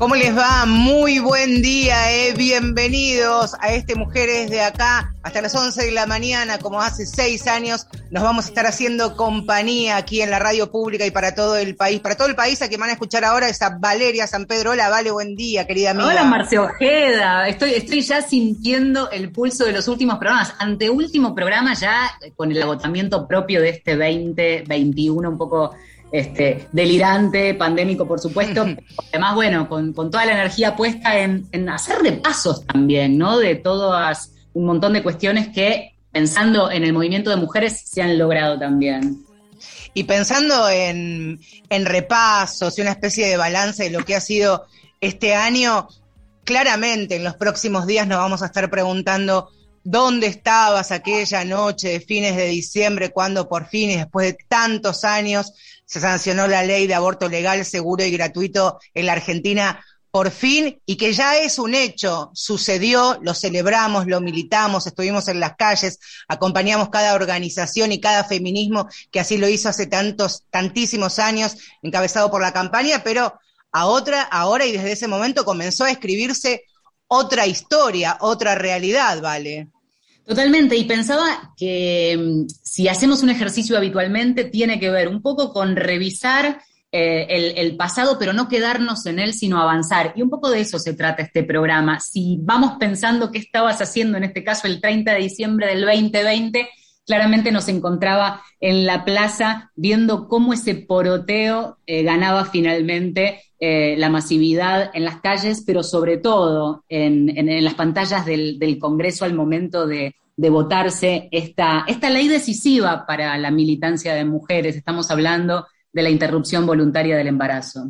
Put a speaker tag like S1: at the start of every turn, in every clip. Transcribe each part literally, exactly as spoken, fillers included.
S1: ¿Cómo les va? Muy buen día, eh. Bienvenidos a este Mujeres de Acá. Hasta las once de la mañana, como hace seis años, nos vamos a estar haciendo compañía aquí en la radio pública y para todo el país. Para todo el país, a quien van a escuchar ahora es a Valeria San Pedro. Hola, Vale, buen día, querida amiga.
S2: Hola, Marce Ojeda. Estoy, estoy ya sintiendo el pulso de los últimos programas. Anteúltimo programa ya con el agotamiento propio de este veinte veintiuno, un poco... Este, delirante, pandémico, por supuesto. Además, bueno, con, con toda la energía puesta en, en hacer repasos también, ¿no? De todas un montón de cuestiones que, pensando en el movimiento de mujeres, se han logrado también.
S1: Y pensando en, en repasos y una especie de balance de lo que ha sido este año, claramente en los próximos días nos vamos a estar preguntando ¿dónde estabas aquella noche de fines de diciembre cuando por fin y después de tantos años se sancionó la ley de aborto legal, seguro y gratuito en la Argentina por fin, y que ya es un hecho, sucedió, lo celebramos, lo militamos, estuvimos en las calles, acompañamos cada organización y cada feminismo que así lo hizo hace tantos, tantísimos años, encabezado por la campaña, pero a otra, ahora y desde ese momento comenzó a escribirse otra historia, otra realidad, ¿vale?
S2: Totalmente, y pensaba que um, si hacemos un ejercicio habitualmente tiene que ver un poco con revisar eh, el, el pasado, pero no quedarnos en él, sino avanzar. Y un poco de eso se trata este programa. Si vamos pensando qué estabas haciendo, en este caso el treinta de diciembre del veinte veinte, claramente nos encontraba en la plaza viendo cómo ese poroteo eh, ganaba finalmente eh, la masividad en las calles, pero sobre todo en, en, en las pantallas del, del Congreso al momento de, de votarse esta, esta ley decisiva para la militancia de mujeres. Estamos hablando de la interrupción voluntaria del embarazo.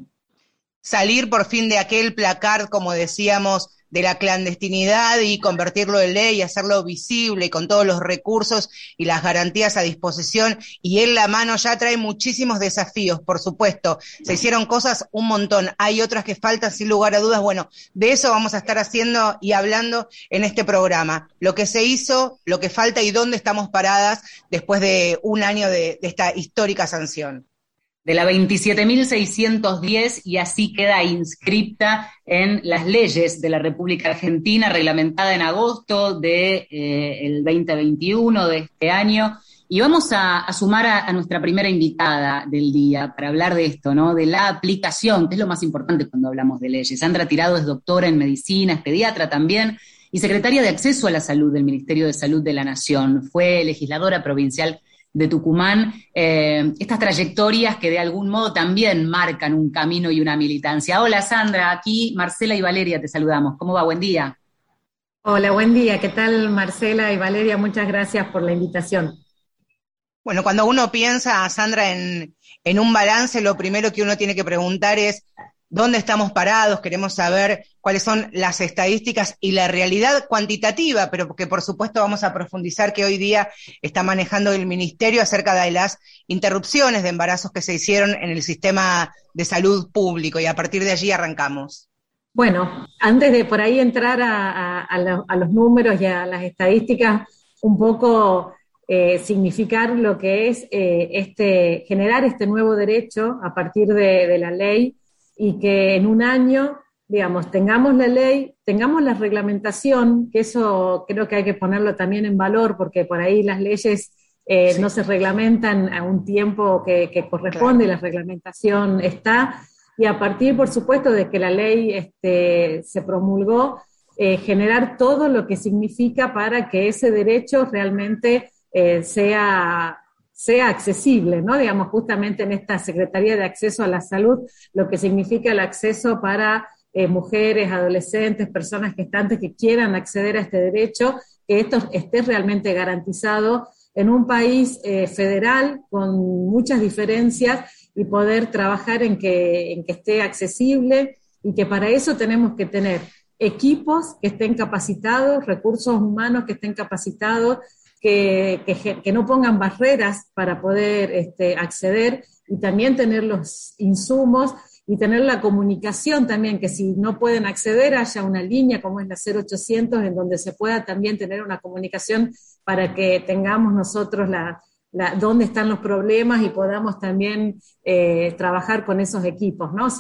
S1: Salir por fin de aquel placard, como decíamos, de la clandestinidad y convertirlo en ley, hacerlo visible con todos los recursos y las garantías a disposición, y en la mano ya trae muchísimos desafíos, por supuesto. Se hicieron cosas un montón, hay otras que faltan sin lugar a dudas. Bueno, de eso vamos a estar haciendo y hablando en este programa. Lo que se hizo, lo que falta y dónde estamos paradas después de un año de, de esta histórica sanción.
S2: De la veintisiete mil seiscientos diez, y así queda inscripta en las leyes de la República Argentina, reglamentada en agosto del de, eh, veinte veintiuno de este año. Y vamos a, a sumar a, a nuestra primera invitada del día para hablar de esto, ¿no? De la aplicación, que es lo más importante cuando hablamos de leyes. Sandra Tirado es doctora en medicina, es pediatra también, y secretaria de Acceso a la Salud del Ministerio de Salud de la Nación. Fue legisladora provincial de Tucumán, eh, estas trayectorias que de algún modo también marcan un camino y una militancia. Hola Sandra, aquí Marcela y Valeria te saludamos. ¿Cómo va? Buen día.
S3: Hola, buen día. ¿Qué tal Marcela y Valeria? Muchas gracias por la invitación.
S1: Bueno, cuando uno piensa, Sandra, en, en un balance, lo primero que uno tiene que preguntar es ¿dónde estamos parados? Queremos saber cuáles son las estadísticas y la realidad cuantitativa, pero que por supuesto vamos a profundizar, que hoy día está manejando el Ministerio acerca de las interrupciones de embarazos que se hicieron en el sistema de salud público, y a partir de allí arrancamos.
S3: Bueno, antes de por ahí entrar a, a, a, lo, a los números y a las estadísticas, un poco eh, significar lo que es eh, este generar este nuevo derecho a partir de, de la ley, y que en un año, digamos, tengamos la ley, tengamos la reglamentación, que eso creo que hay que ponerlo también en valor, porque por ahí las leyes eh, sí. no se reglamentan a un tiempo que, que corresponde, claro. La reglamentación está, y a partir, por supuesto, de que la ley este, se promulgó, eh, generar todo lo que significa para que ese derecho realmente eh, sea... sea accesible, ¿no? Digamos, justamente en esta Secretaría de Acceso a la Salud, lo que significa el acceso para eh, mujeres, adolescentes, personas gestantes que quieran acceder a este derecho, que esto esté realmente garantizado en un país eh, federal con muchas diferencias, y poder trabajar en que, en que esté accesible, y que para eso tenemos que tener equipos que estén capacitados, recursos humanos que estén capacitados, Que, que, que no pongan barreras para poder este, acceder, y también tener los insumos y tener la comunicación también, que si no pueden acceder haya una línea como es la cero ochocientos, en donde se pueda también tener una comunicación para que tengamos nosotros la, la, dónde están los problemas y podamos también eh, trabajar con esos equipos, ¿no? O sea,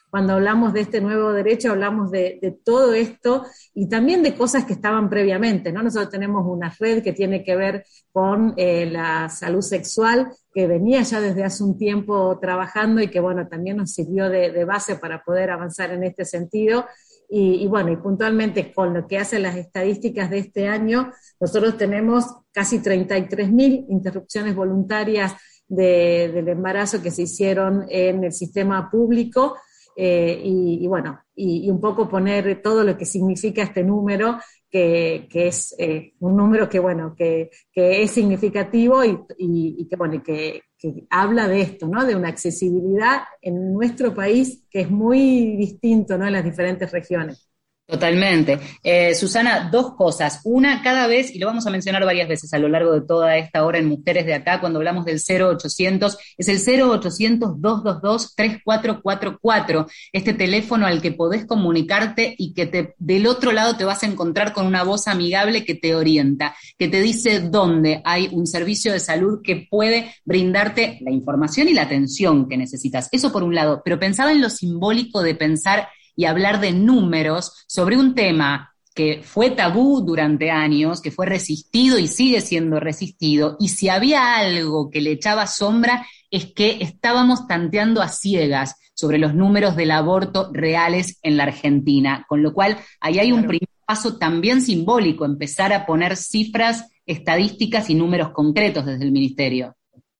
S3: cuando hablamos de este nuevo derecho, hablamos de, de todo esto y también de cosas que estaban previamente, ¿no? Nosotros tenemos una red que tiene que ver con eh, la salud sexual, que venía ya desde hace un tiempo trabajando y que, bueno, también nos sirvió de, de base para poder avanzar en este sentido. Y, y bueno, y puntualmente con lo que hacen las estadísticas de este año, nosotros tenemos casi treinta y tres mil interrupciones voluntarias de, del embarazo que se hicieron en el sistema público, eh, y, y bueno, y, y un poco poner todo lo que significa este número, que, que es eh, un número que, bueno, que, que es significativo y, y, y que, bueno, que, que habla de esto, ¿no? De una accesibilidad en nuestro país que es muy distinto, ¿no? En las diferentes regiones.
S2: Totalmente. Eh, Susana, dos cosas. Una, cada vez, y lo vamos a mencionar varias veces a lo largo de toda esta hora en Mujeres de Acá, cuando hablamos del cero ochocientos, es el cero ochocientos, dos dos dos, tres cuatro cuatro cuatro, este teléfono al que podés comunicarte y que te, del otro lado te vas a encontrar con una voz amigable que te orienta, que te dice dónde hay un servicio de salud que puede brindarte la información y la atención que necesitas. Eso por un lado, pero pensaba en lo simbólico de pensar y hablar de números sobre un tema que fue tabú durante años, que fue resistido y sigue siendo resistido, y si había algo que le echaba sombra es que estábamos tanteando a ciegas sobre los números del aborto reales en la Argentina, con lo cual ahí hay un primer paso también simbólico, empezar a poner cifras, estadísticas y números concretos desde el Ministerio.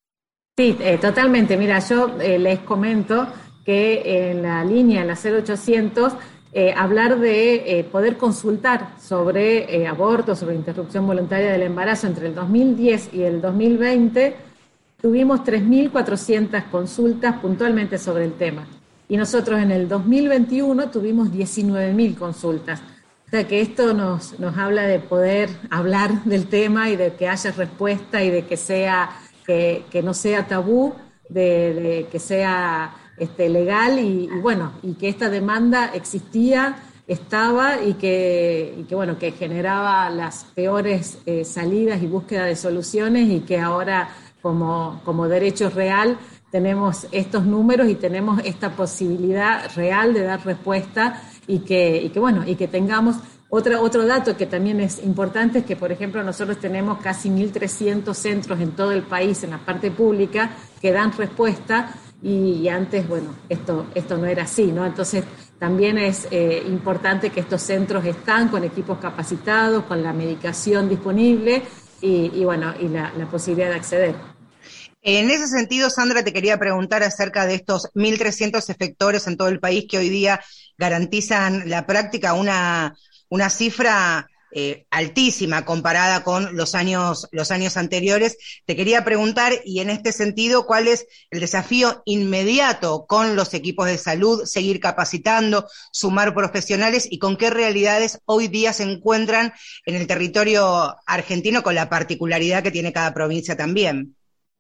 S3: Sí, eh, totalmente. Mira, yo eh, les comento que en la línea, en la cero ochocientos, eh, hablar de eh, poder consultar sobre eh, aborto, sobre interrupción voluntaria del embarazo entre el dos mil diez y el dos mil veinte, tuvimos tres mil cuatrocientas consultas puntualmente sobre el tema. Y nosotros en el dos mil veintiuno tuvimos diecinueve mil consultas. O sea que esto nos, nos habla de poder hablar del tema y de que haya respuesta y de que, sea, que, que no sea tabú, de, de que sea Este, legal y, y bueno, y que esta demanda existía, estaba y que, y que bueno, que generaba las peores eh, salidas y búsqueda de soluciones y que ahora como, como derecho real tenemos estos números y tenemos esta posibilidad real de dar respuesta y que, y que bueno, y que tengamos Otra, otro dato que también es importante es que, por ejemplo, nosotros tenemos casi mil trescientos centros en todo el país, en la parte pública, que dan respuesta y, y antes, bueno, esto, esto no era así, ¿no? Entonces, también es eh, importante que estos centros están con equipos capacitados, con la medicación disponible y, y bueno, y la, la posibilidad de acceder.
S1: En ese sentido, Sandra, te quería preguntar acerca de estos mil trescientos efectores en todo el país que hoy día garantizan la práctica, una... una cifra eh, altísima comparada con los años, los años anteriores. Te quería preguntar, y en este sentido, ¿cuál es el desafío inmediato con los equipos de salud, seguir capacitando, sumar profesionales, y con qué realidades hoy día se encuentran en el territorio argentino, con la particularidad que tiene cada provincia también?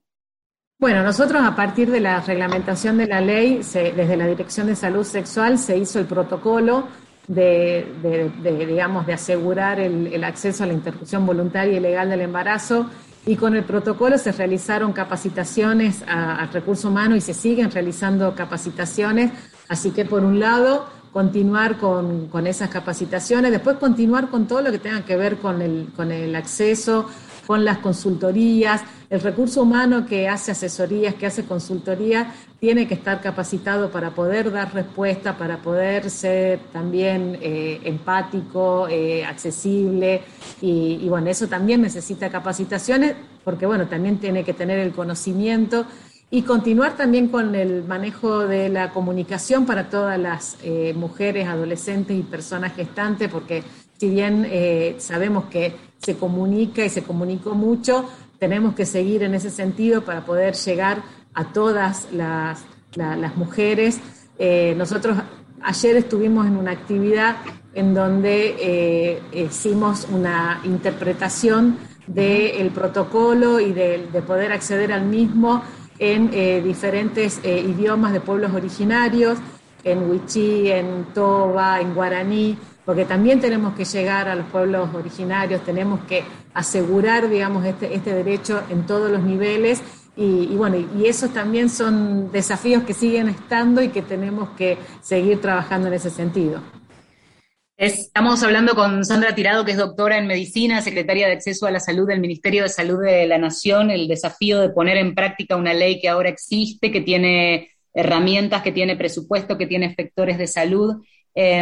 S3: Bueno, nosotros a partir de la reglamentación de la ley, se, desde la Dirección de Salud Sexual se hizo el protocolo De, de, de, digamos, de asegurar el, el acceso a la interrupción voluntaria y legal del embarazo, y con el protocolo se realizaron capacitaciones al recurso humano y se siguen realizando capacitaciones, así que por un lado continuar con, con esas capacitaciones, después continuar con todo lo que tenga que ver con el, con el acceso, con las consultorías. El recurso humano que hace asesorías, que hace consultoría, tiene que estar capacitado para poder dar respuesta, para poder ser también eh, empático, eh, accesible, y, y bueno, eso también necesita capacitaciones, porque bueno, también tiene que tener el conocimiento y continuar también con el manejo de la comunicación para todas las eh, mujeres, adolescentes y personas gestantes, porque si bien eh, sabemos que se comunica y se comunicó mucho, tenemos que seguir en ese sentido para poder llegar a todas las, la, las mujeres. Eh, nosotros ayer estuvimos en una actividad en donde eh, hicimos una interpretación del protocolo y de, de poder acceder al mismo en eh, diferentes eh, idiomas de pueblos originarios, en wichí, en toba, en guaraní, porque también tenemos que llegar a los pueblos originarios, tenemos que asegurar, digamos, este, este derecho en todos los niveles, Y, y bueno, y, y esos también son desafíos que siguen estando y que tenemos que seguir trabajando en ese sentido.
S2: Estamos hablando con Sandra Tirado, que es doctora en medicina, secretaria de Acceso a la Salud del Ministerio de Salud de la Nación, el desafío de poner en práctica una ley que ahora existe, que tiene herramientas, que tiene presupuesto, que tiene efectores de salud. Eh,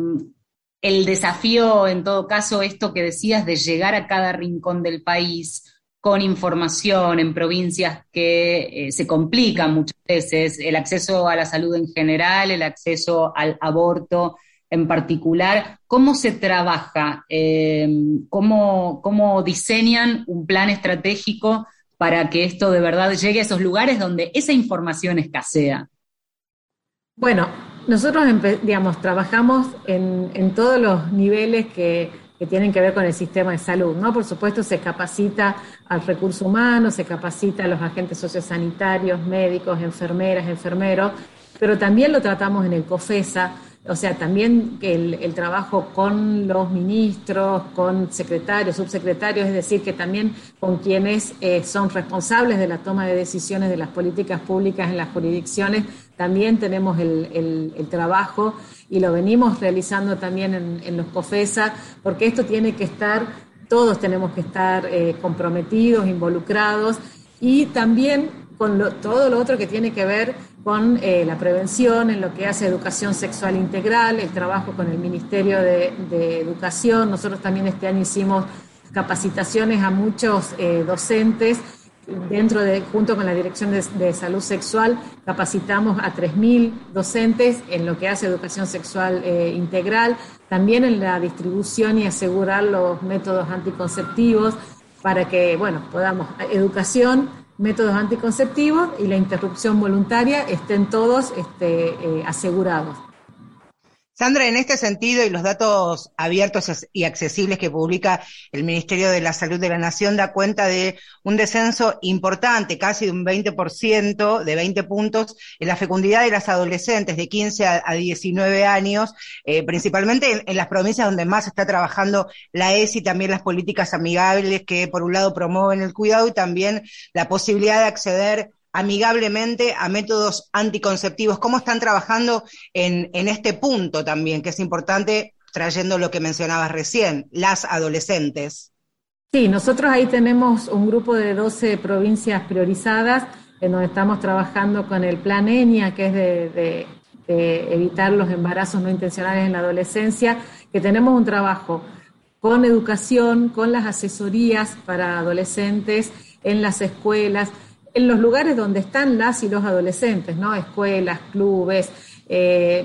S2: el desafío, en todo caso, esto que decías, de llegar a cada rincón del país con información en provincias que eh, se complican muchas veces, el acceso a la salud en general, el acceso al aborto en particular. ¿Cómo se trabaja? Eh, ¿cómo, cómo diseñan un plan estratégico para que esto de verdad llegue a esos lugares donde esa información escasea?
S3: Bueno, nosotros, digamos, trabajamos en, en todos los niveles que, que tienen que ver con el sistema de salud, ¿no? Por supuesto, se capacita al recurso humano, se capacita a los agentes sociosanitarios, médicos, enfermeras, enfermeros, pero también lo tratamos en el COFESA. O sea, también el, el trabajo con los ministros, con secretarios, subsecretarios, es decir, que también con quienes eh, son responsables de la toma de decisiones de las políticas públicas en las jurisdicciones, también tenemos el, el, el trabajo y lo venimos realizando también en, en los COFESA, porque esto tiene que estar, todos tenemos que estar eh, comprometidos, involucrados, y también con lo, todo lo otro que tiene que ver con eh, la prevención, en lo que hace educación sexual integral, el trabajo con el Ministerio de, de Educación. Nosotros también este año hicimos capacitaciones a muchos eh, docentes, dentro de, junto con la Dirección de, de Salud Sexual, capacitamos a tres mil docentes en lo que hace educación sexual eh, integral, también en la distribución y asegurar los métodos anticonceptivos, para que, bueno, podamos, educación, métodos anticonceptivos y la interrupción voluntaria estén todos este, eh, asegurados.
S1: Sandra, en este sentido, y los datos abiertos y accesibles que publica el Ministerio de la Salud de la Nación, da cuenta de un descenso importante, casi de un veinte por ciento, de veinte puntos, en la fecundidad de las adolescentes de quince a diecinueve años, eh, principalmente en, en las provincias donde más está trabajando la E S I, también las políticas amigables que por un lado promueven el cuidado y también la posibilidad de acceder amigablemente a métodos anticonceptivos. ¿Cómo están trabajando en, en este punto también, que es importante, trayendo lo que mencionabas recién, las adolescentes?
S3: Sí, nosotros ahí tenemos un grupo de doce provincias priorizadas, en donde estamos trabajando con el Plan ENIA, que es de, de, de evitar los embarazos no intencionales en la adolescencia, que tenemos un trabajo con educación, con las asesorías para adolescentes en las escuelas, en los lugares donde están las y los adolescentes, ¿no? Escuelas, clubes. Eh,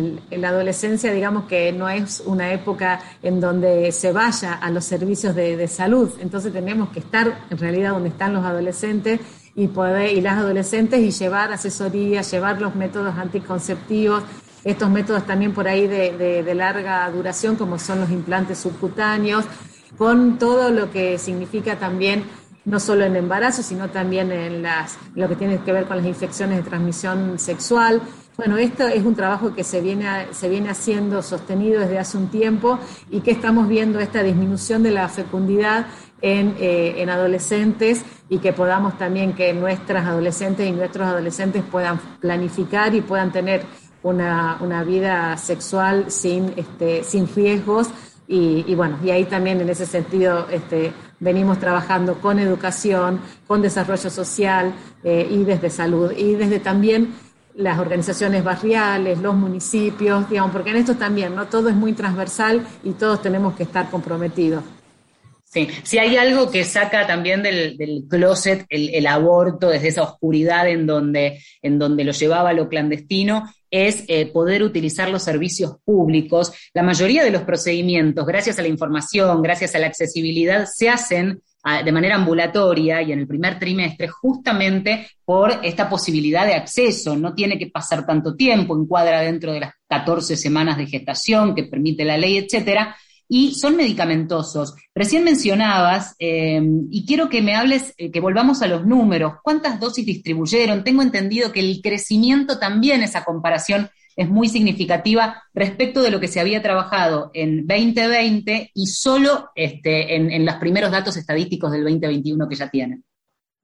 S3: la adolescencia, digamos que no es una época en donde se vaya a los servicios de, de salud, entonces tenemos que estar en realidad donde están los adolescentes y poder y las adolescentes y llevar asesoría, llevar los métodos anticonceptivos, estos métodos también por ahí de, de, de larga duración, como son los implantes subcutáneos, con todo lo que significa también no solo en embarazo, sino también en las, lo que tiene que ver con las infecciones de transmisión sexual. Bueno, esto es un trabajo que se viene, se viene haciendo sostenido desde hace un tiempo y que estamos viendo esta disminución de la fecundidad en, eh, en adolescentes y que podamos también que nuestras adolescentes y nuestros adolescentes puedan planificar y puedan tener una, una vida sexual sin, este, sin riesgos. Y, y bueno, y ahí también en ese sentido este, venimos trabajando con educación, con desarrollo social eh, y desde salud, y desde también las organizaciones barriales, los municipios, digamos, porque en esto también, ¿no? Todo es muy transversal y todos tenemos que estar comprometidos.
S2: Sí, si hay algo que saca también del, del closet el, el aborto desde esa oscuridad en donde, en donde lo llevaba a lo clandestino, es eh, poder utilizar los servicios públicos. La mayoría de los procedimientos, gracias a la información, gracias a la accesibilidad, se hacen a, de manera ambulatoria y en el primer trimestre justamente por esta posibilidad de acceso. No tiene que pasar tanto tiempo, encuadra dentro de las catorce semanas de gestación que permite la ley, etcétera, y son medicamentosos. Recién mencionabas, eh, y quiero que me hables, eh, que volvamos a los números, ¿cuántas dosis distribuyeron? Tengo entendido que el crecimiento también, esa comparación es muy significativa respecto de lo que se había trabajado en veinte veinte y solo este, en, en los primeros datos estadísticos del veinte veintiuno que ya tienen.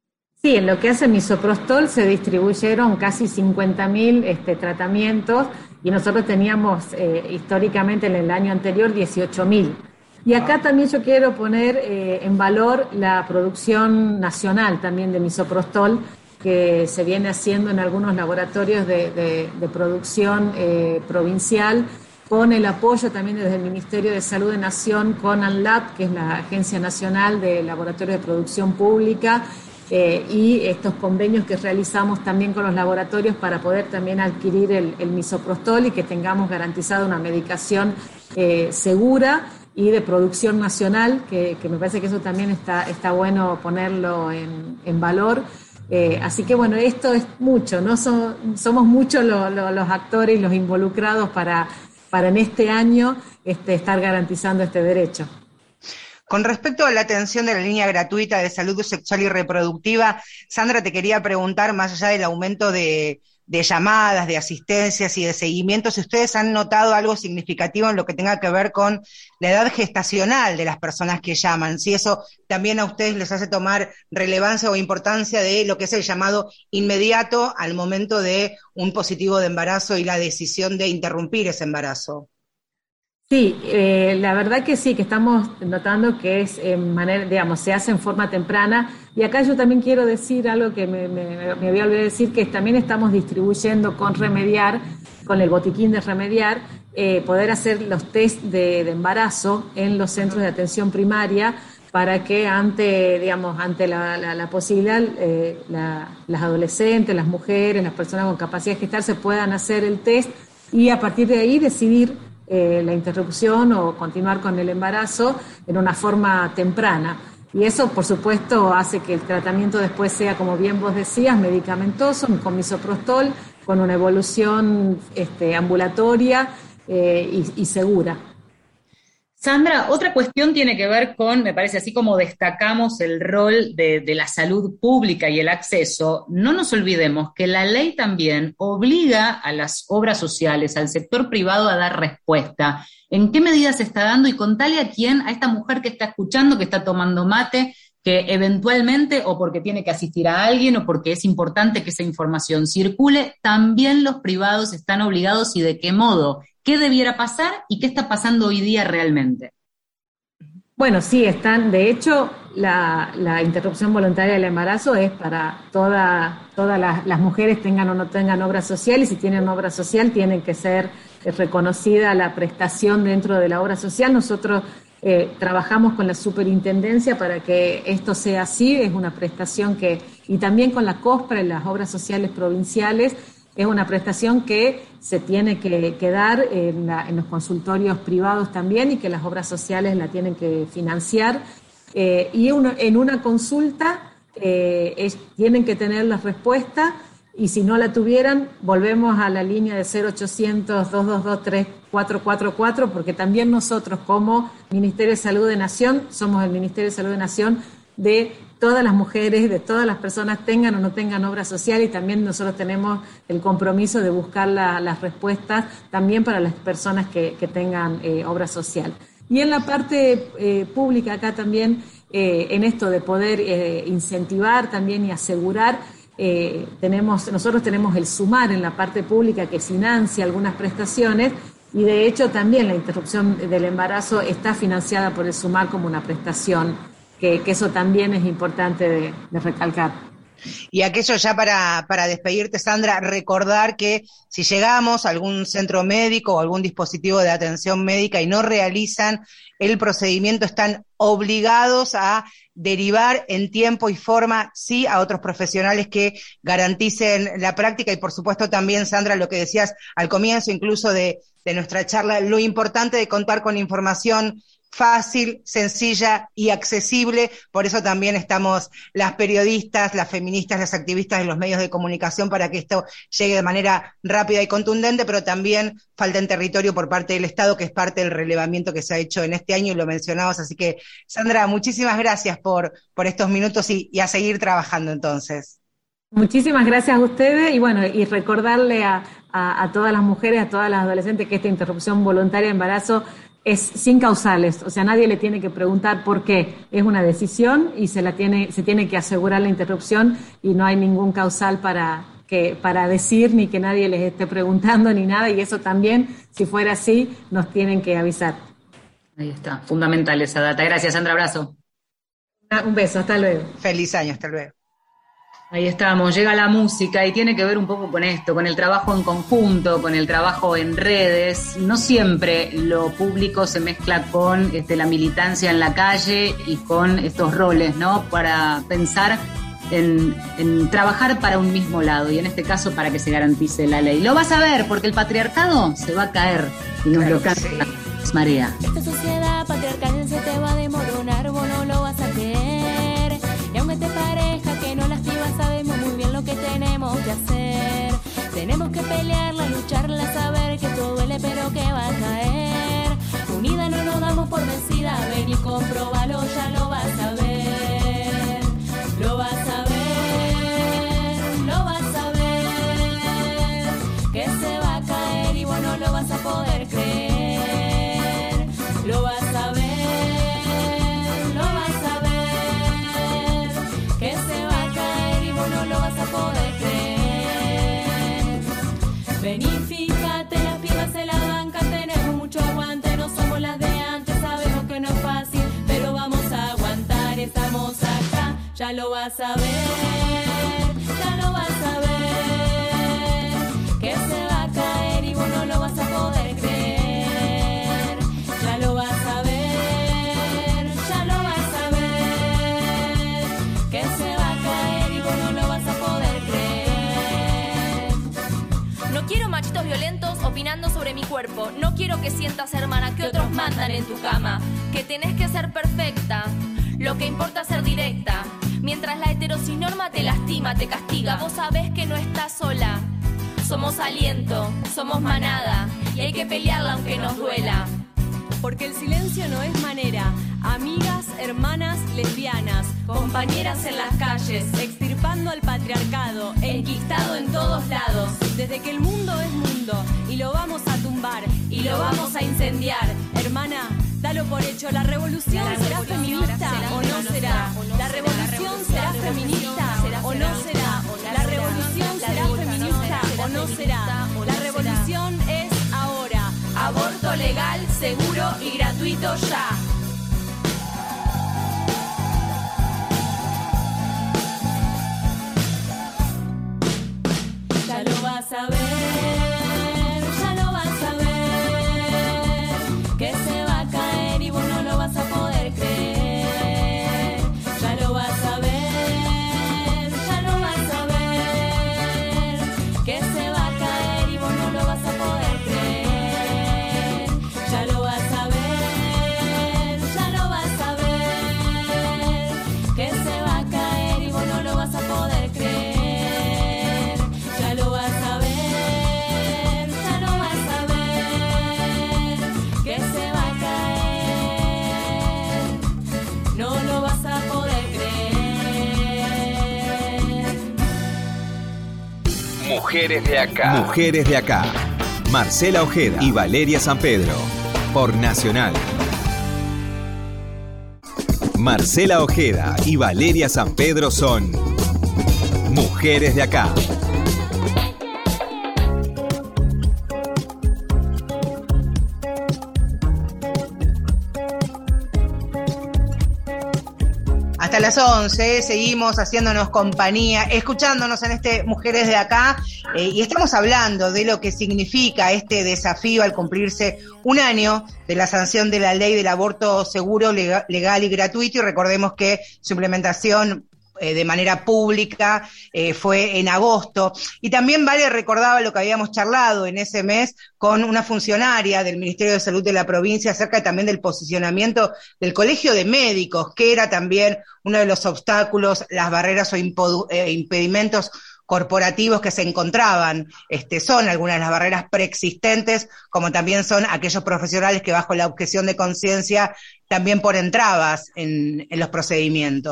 S3: Sí, en lo que hace misoprostol se distribuyeron casi cincuenta mil este, tratamientos y nosotros teníamos eh, históricamente en el año anterior dieciocho mil. Y acá también yo quiero poner eh, en valor la producción nacional también de misoprostol que se viene haciendo en algunos laboratorios de, de, de producción eh, provincial, con el apoyo también desde el Ministerio de Salud de Nación, con ANLAB, que es la Agencia Nacional de Laboratorios de Producción Pública, eh, y estos convenios que realizamos también con los laboratorios para poder también adquirir el, el misoprostol y que tengamos garantizada una medicación eh, segura y de producción nacional, que, que me parece que eso también está, está bueno ponerlo en, en valor. Eh, así que bueno, esto es mucho, ¿no? So, somos muchos lo, lo, los actores y los involucrados para, para en este año este, estar garantizando este derecho.
S1: Con respecto a la atención de la línea gratuita de salud sexual y reproductiva, Sandra, te quería preguntar, más allá del aumento de, de llamadas, de asistencias y de seguimiento, si ustedes han notado algo significativo en lo que tenga que ver con la edad gestacional de las personas que llaman, si eso también a ustedes les hace tomar relevancia o importancia de lo que es el llamado inmediato al momento de un positivo de embarazo y la decisión de interrumpir ese embarazo.
S3: Sí, eh, la verdad que sí, que estamos notando que es en manera, digamos, se hace en forma temprana. Y acá yo también quiero decir algo que me, me, me había olvidado decir, que también estamos distribuyendo con Remediar, con el botiquín de Remediar, eh, poder hacer los test de, de embarazo en los centros de atención primaria para que ante, digamos, ante la, la, la posibilidad, eh, la, las adolescentes, las mujeres, las personas con capacidad de gestarse puedan hacer el test y a partir de ahí decidir Eh, la interrupción o continuar con el embarazo en una forma temprana. Y eso, por supuesto, hace que el tratamiento después sea, como bien vos decías, medicamentoso, con misoprostol, con una evolución este, ambulatoria eh, y, y segura.
S2: Sandra, otra cuestión tiene que ver con, me parece, así como destacamos el rol de, de la salud pública y el acceso, no nos olvidemos que la ley también obliga a las obras sociales, al sector privado a dar respuesta. ¿En qué medida se está dando? Y contale a quién, a esta mujer que está escuchando, que está tomando mate, que eventualmente, o porque tiene que asistir a alguien, o porque es importante que esa información circule, también los privados están obligados y de qué modo. ¿Qué debiera pasar y qué está pasando hoy día realmente?
S3: Bueno, sí, están, de hecho, la, la interrupción voluntaria del embarazo es para toda, todas las, las mujeres, tengan o no tengan obra social, y si tienen obra social tienen que ser eh, reconocida la prestación dentro de la obra social. Nosotros eh, trabajamos con la superintendencia para que esto sea así, es una prestación que, y también con la COSPRA y las obras sociales provinciales, es una prestación que se tiene que, que dar en, la, en los consultorios privados también y que las obras sociales la tienen que financiar. Eh, y uno, en una consulta eh, es, tienen que tener la respuesta y si no la tuvieran, volvemos a la línea de cero ochocientos, dos dos dos, tres cuatro cuatro cuatro, porque también nosotros como Ministerio de Salud de Nación, somos el Ministerio de Salud de Nación de todas las mujeres, de todas las personas, tengan o no tengan obra social, y también nosotros tenemos el compromiso de buscar la, las respuestas también para las personas que, que tengan eh, obra social. Y en la parte eh, pública acá también, eh, en esto de poder eh, incentivar también y asegurar, eh, tenemos, nosotros tenemos el SUMAR en la parte pública que financia algunas prestaciones, y de hecho también la interrupción del embarazo está financiada por el SUMAR como una prestación. Que, que eso también es importante de, de recalcar.
S1: Y aquello ya para, para despedirte, Sandra, recordar que si llegamos a algún centro médico o algún dispositivo de atención médica y no realizan el procedimiento, están obligados a derivar en tiempo y forma, sí, a otros profesionales que garanticen la práctica. Y por supuesto también, Sandra, lo que decías al comienzo incluso de, de nuestra charla, lo importante de contar con información fácil, sencilla y accesible. Por eso también estamos las periodistas, las feministas, las activistas de los medios de comunicación para que esto llegue de manera rápida y contundente, pero también falta en territorio por parte del Estado, que es parte del relevamiento que se ha hecho en este año y lo mencionabas. Así que, Sandra, muchísimas gracias por, por estos minutos y, y a seguir trabajando entonces.
S3: Muchísimas gracias a ustedes y bueno, y recordarle a, a, a todas las mujeres, a todas las adolescentes que esta interrupción voluntaria de embarazo es sin causales, o sea, nadie le tiene que preguntar por qué, es una decisión y se la tiene, se tiene que asegurar la interrupción y no hay ningún causal para, que, para decir ni que nadie les esté preguntando ni nada, y eso también, si fuera así, nos tienen que avisar.
S2: Ahí está, fundamental esa data. Gracias, Sandra, abrazo.
S3: Un beso, hasta luego.
S1: Feliz año, hasta luego.
S2: Ahí estamos, llega la música y tiene que ver un poco con esto, con el trabajo en conjunto, con el trabajo en redes. No siempre lo público se mezcla con este, la militancia en la calle y con estos roles, ¿no? Para pensar en, en trabajar para un mismo lado y en este caso para que se garantice la ley. Lo vas a ver porque el patriarcado se va a caer y nos
S1: Claro
S2: lo canta
S1: sí.
S2: Marea.
S4: Esta sociedad patriarcal se te va a demoronar, vos no lo vas a creer. Y aunque te parezca que no lastima, sabemos muy bien lo que tenemos que hacer. Tenemos que pelearla, lucharla, saber que todo duele pero que va a caer. Unida no nos damos por vencida, ven y comprobalo, ya lo vas a ver. Lo vas a ver, lo vas a ver. Que se va a caer y vos no lo vas a poder creer. Lo vas a ver, lo vas a ver, que se va a caer y vos no lo vas a poder creer. Vení, fíjate, las pibas se la bancan, tenemos mucho aguante, no somos las de antes, sabemos que no es fácil, pero vamos a aguantar, estamos acá, ya lo vas a ver, ya lo vas a ver, que se va a caer y vos no lo vas a poder creer.
S5: No quiero machitos violentos opinando sobre mi cuerpo. No quiero que sientas, hermana, que otros mandan en tu cama. Que tenés que ser perfecta. Lo que importa es ser directa. Mientras la heterosinorma te lastima, te castiga, vos sabés que no estás sola. Somos aliento, somos manada. Y hay que pelearla aunque nos duela.
S4: Porque el silencio no es manera. Amigas, hermanas, lesbianas, compañeras en las calles, extirpando al patriarcado, enquistado en todos lados. Desde que el mundo es mundo, y lo vamos a tumbar, y lo vamos a incendiar. Hermana, dalo por hecho, la revolución será feminista o no será. La revolución será feminista o no será. La revolución será feminista o no será. La revolución es ahora.
S5: Aborto legal, seguro y gratuito ya.
S4: Ya lo vas a ver, ya lo vas a ver, que se va a caer y vos no lo vas a poder creer. Ya lo vas a ver, ya lo vas a ver, que se va a caer y vos no lo vas a poder creer. Ya lo vas a ver, ya lo vas a ver, que se va a caer y vos no lo vas a poder creer. Ya lo vas a ver, ya lo vas a ver, que se va a caer, no lo vas a poder creer.
S6: Mujeres de acá. Mujeres de acá. Marcela Ojeda y Valeria San Pedro. Por Nacional. Marcela Ojeda y Valeria San Pedro son Mujeres de acá.
S1: Hasta las once, seguimos haciéndonos compañía, escuchándonos en este Mujeres de Acá, eh, y estamos hablando de lo que significa este desafío al cumplirse un año de la sanción de la ley del aborto seguro, legal, legal y gratuito, y recordemos que su implementación eh, de manera pública eh, fue en agosto. Y también Vale recordaba lo que habíamos charlado en ese mes con una funcionaria del Ministerio de Salud de la provincia acerca también del posicionamiento del Colegio de Médicos, que era también uno de los obstáculos, las barreras o impodu- eh, impedimentos corporativos que se encontraban. Este, son algunas de las barreras preexistentes, como también son aquellos profesionales que bajo la objeción de conciencia también ponen trabas en, en los procedimientos.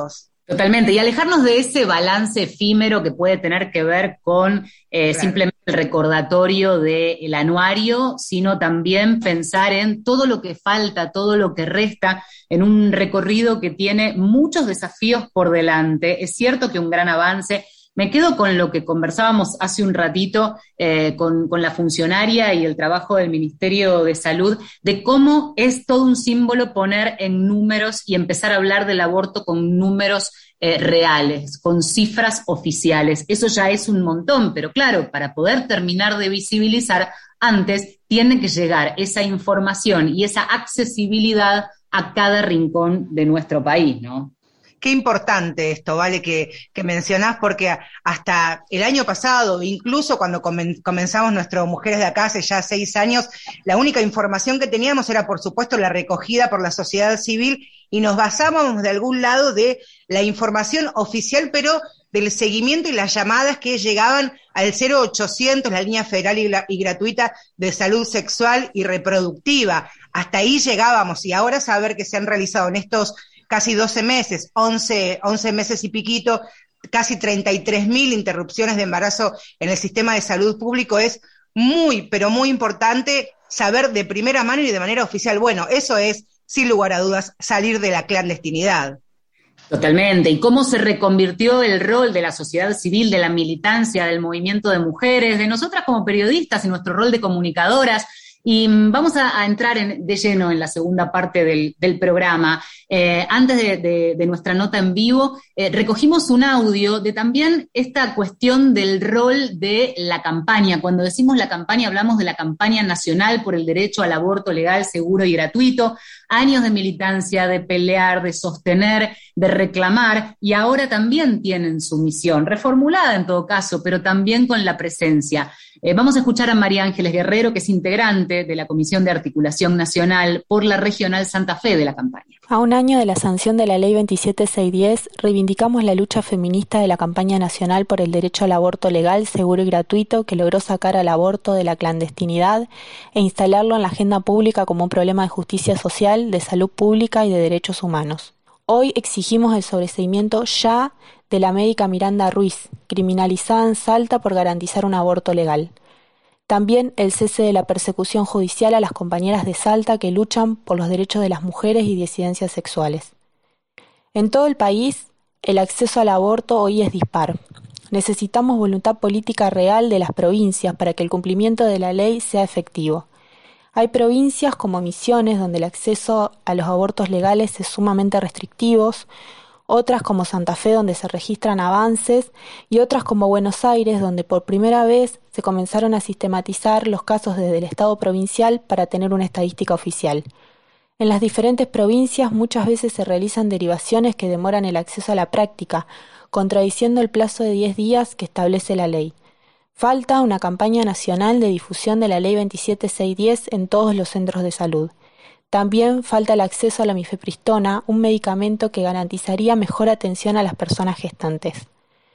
S2: Totalmente, y alejarnos de ese balance efímero que puede tener que ver con eh, claro. simplemente el recordatorio del anuario, sino también pensar en todo lo que falta, todo lo que resta en un recorrido que tiene muchos desafíos por delante. Es cierto que un gran avance. Me quedo con lo que conversábamos hace un ratito eh, con, con la funcionaria y el trabajo del Ministerio de Salud, de cómo es todo un símbolo poner en números y empezar a hablar del aborto con números eh, reales, con cifras oficiales. Eso ya es un montón, pero claro, para poder terminar de visibilizar, antes tiene que llegar esa información y esa accesibilidad a cada rincón de nuestro país, ¿no?
S1: Qué importante esto, ¿vale? Que, que mencionás, porque hasta el año pasado, incluso cuando comen, comenzamos nuestro Mujeres de Acá hace ya seis años, la única información que teníamos era, por supuesto, la recogida por la sociedad civil y nos basábamos de algún lado de la información oficial, pero del seguimiento y las llamadas que llegaban al cero ochocientos, la línea federal y, la, y gratuita de salud sexual y reproductiva. Hasta ahí llegábamos, y ahora saber que se han realizado en estos casi doce meses, once, once meses y piquito, casi treinta y tres mil interrupciones de embarazo en el sistema de salud público, es muy, pero muy importante saber de primera mano y de manera oficial. Bueno, eso es, sin lugar a dudas, salir de la clandestinidad.
S2: Totalmente, y cómo se reconvirtió el rol de la sociedad civil, de la militancia, del movimiento de mujeres, de nosotras como periodistas y nuestro rol de comunicadoras. Y vamos a, a entrar en, de lleno en la segunda parte del, del programa. Eh, antes de, de, de nuestra nota en vivo, eh, recogimos un audio de también esta cuestión del rol de la campaña. Cuando decimos la campaña, hablamos de la campaña nacional por el derecho al aborto legal, seguro y gratuito. Años de militancia, de pelear, de sostener, de reclamar, y ahora también tienen su misión, reformulada en todo caso, pero también con la presencia. Eh, vamos a escuchar a María Ángeles Guerrero, que es integrante de la Comisión de Articulación Nacional por la Regional Santa Fe de la campaña.
S7: A un año de la sanción de la Ley veintisiete mil seiscientos diez, reivindicamos la lucha feminista de la campaña nacional por el derecho al aborto legal, seguro y gratuito, que logró sacar al aborto de la clandestinidad e instalarlo en la agenda pública como un problema de justicia social, de salud pública y de derechos humanos. Hoy exigimos el sobreseimiento ya de la médica Miranda Ruiz, criminalizada en Salta por garantizar un aborto legal. También el cese de la persecución judicial a las compañeras de Salta que luchan por los derechos de las mujeres y disidencias sexuales. En todo el país, el acceso al aborto hoy es dispar. Necesitamos voluntad política real de las provincias para que el cumplimiento de la ley sea efectivo. Hay provincias como Misiones, donde el acceso a los abortos legales es sumamente restrictivo, otras como Santa Fe, donde se registran avances, y otras como Buenos Aires, donde por primera vez se comenzaron a sistematizar los casos desde el Estado provincial para tener una estadística oficial. En las diferentes provincias muchas veces se realizan derivaciones que demoran el acceso a la práctica, contradiciendo el plazo de diez días que establece la ley. Falta una campaña nacional de difusión de la Ley veintisiete mil seiscientos diez en todos los centros de salud. También falta el acceso a la mifepristona, un medicamento que garantizaría mejor atención a las personas gestantes.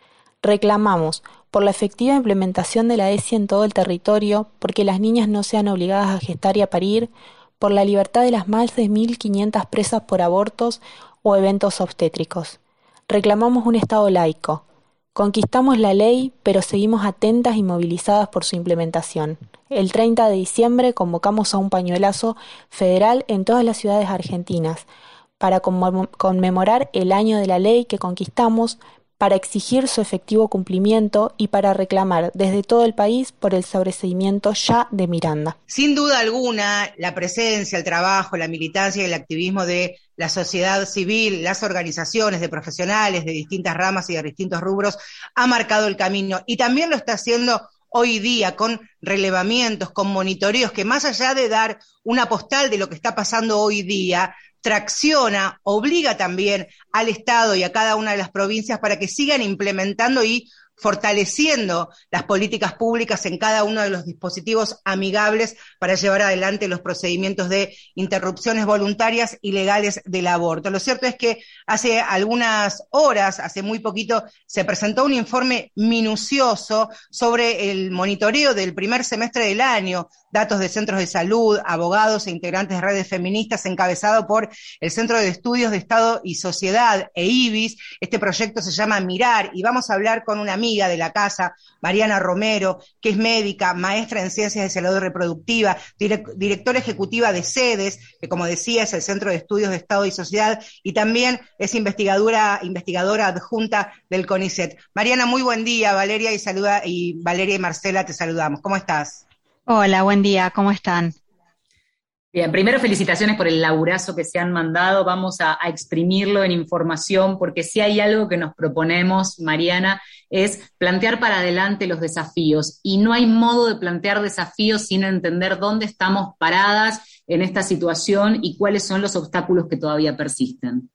S7: Reclamamos por la efectiva implementación de la E S I en todo el territorio, porque las niñas no sean obligadas a gestar y a parir, por la libertad de las más de mil quinientas presas por abortos o eventos obstétricos. Reclamamos un Estado laico. Conquistamos la ley, pero seguimos atentas y movilizadas por su implementación. El treinta de diciembre convocamos a un pañuelazo federal en todas las ciudades argentinas para conmemorar el año de la ley que conquistamos, para exigir su efectivo cumplimiento y para reclamar desde todo el país por el sobreseimiento ya de Miranda.
S1: Sin duda alguna, la presencia, el trabajo, la militancia y el activismo de la sociedad civil, las organizaciones de profesionales de distintas ramas y de distintos rubros ha marcado el camino, y también lo está haciendo hoy día con relevamientos, con monitoreos que, más allá de dar una postal de lo que está pasando hoy día, tracciona, obliga también al Estado y a cada una de las provincias para que sigan implementando y fortaleciendo las políticas públicas en cada uno de los dispositivos amigables para llevar adelante los procedimientos de interrupciones voluntarias y legales del aborto. Lo cierto es que hace algunas horas, hace muy poquito, se presentó un informe minucioso sobre el monitoreo del primer semestre del año, datos de centros de salud, abogados e integrantes de redes feministas, encabezado por el Centro de Estudios de Estado y Sociedad, E I B I S. Este proyecto se llama Mirar, y vamos a hablar con una amiga de la casa, Mariana Romero, que es médica, maestra en Ciencias de Salud Reproductiva, direct, directora ejecutiva de CEDES, que como decía es el Centro de Estudios de Estado y Sociedad, y también es investigadora, investigadora adjunta del CONICET. Mariana, muy buen día. Valeria y, saluda, y Valeria y Marcela te saludamos. ¿Cómo estás?
S8: Hola, buen día, ¿cómo están?
S2: Bien, primero felicitaciones por el laburazo que se han mandado, vamos a, a exprimirlo en información, porque si hay algo que nos proponemos, Mariana, es plantear para adelante los desafíos, y no hay modo de plantear desafíos sin entender dónde estamos paradas en esta situación y cuáles son los obstáculos que todavía persisten.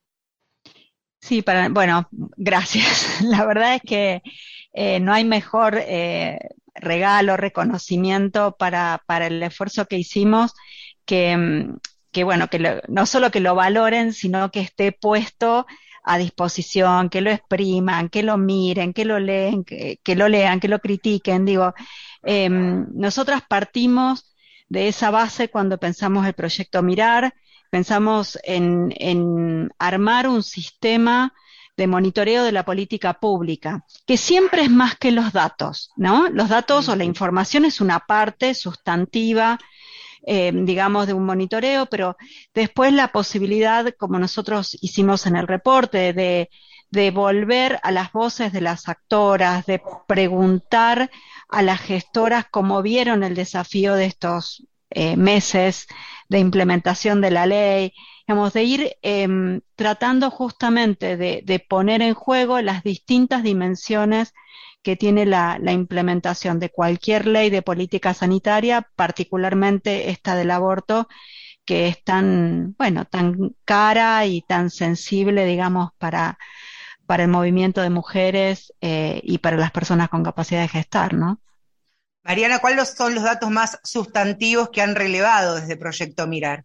S8: Sí, para, bueno, gracias. La verdad es que eh, no hay mejor eh, regalo, reconocimiento para, para el esfuerzo que hicimos, que, que bueno, que lo, no solo que lo valoren, sino que esté puesto a disposición, que lo expriman, que lo miren, que lo leen, que, que lo lean, que lo critiquen. Digo, eh, nosotras partimos de esa base cuando pensamos el proyecto Mirar, pensamos en, en armar un sistema de monitoreo de la política pública, que siempre es más que los datos, ¿no? Los datos o la información es una parte sustantiva, eh, digamos, de un monitoreo, pero después la posibilidad, como nosotros hicimos en el reporte, de, de volver a las voces de las actoras, de preguntar a las gestoras cómo vieron el desafío de estos eh, meses de implementación de la ley, digamos, de ir eh, tratando justamente de, de poner en juego las distintas dimensiones que tiene la, la implementación de cualquier ley de política sanitaria, particularmente esta del aborto, que es tan, bueno, tan cara y tan sensible, digamos, para, para el movimiento de mujeres eh, y para las personas con capacidad de gestar, ¿no?
S1: Mariana, ¿cuáles son los datos más sustantivos que han relevado desde Proyecto Mirar?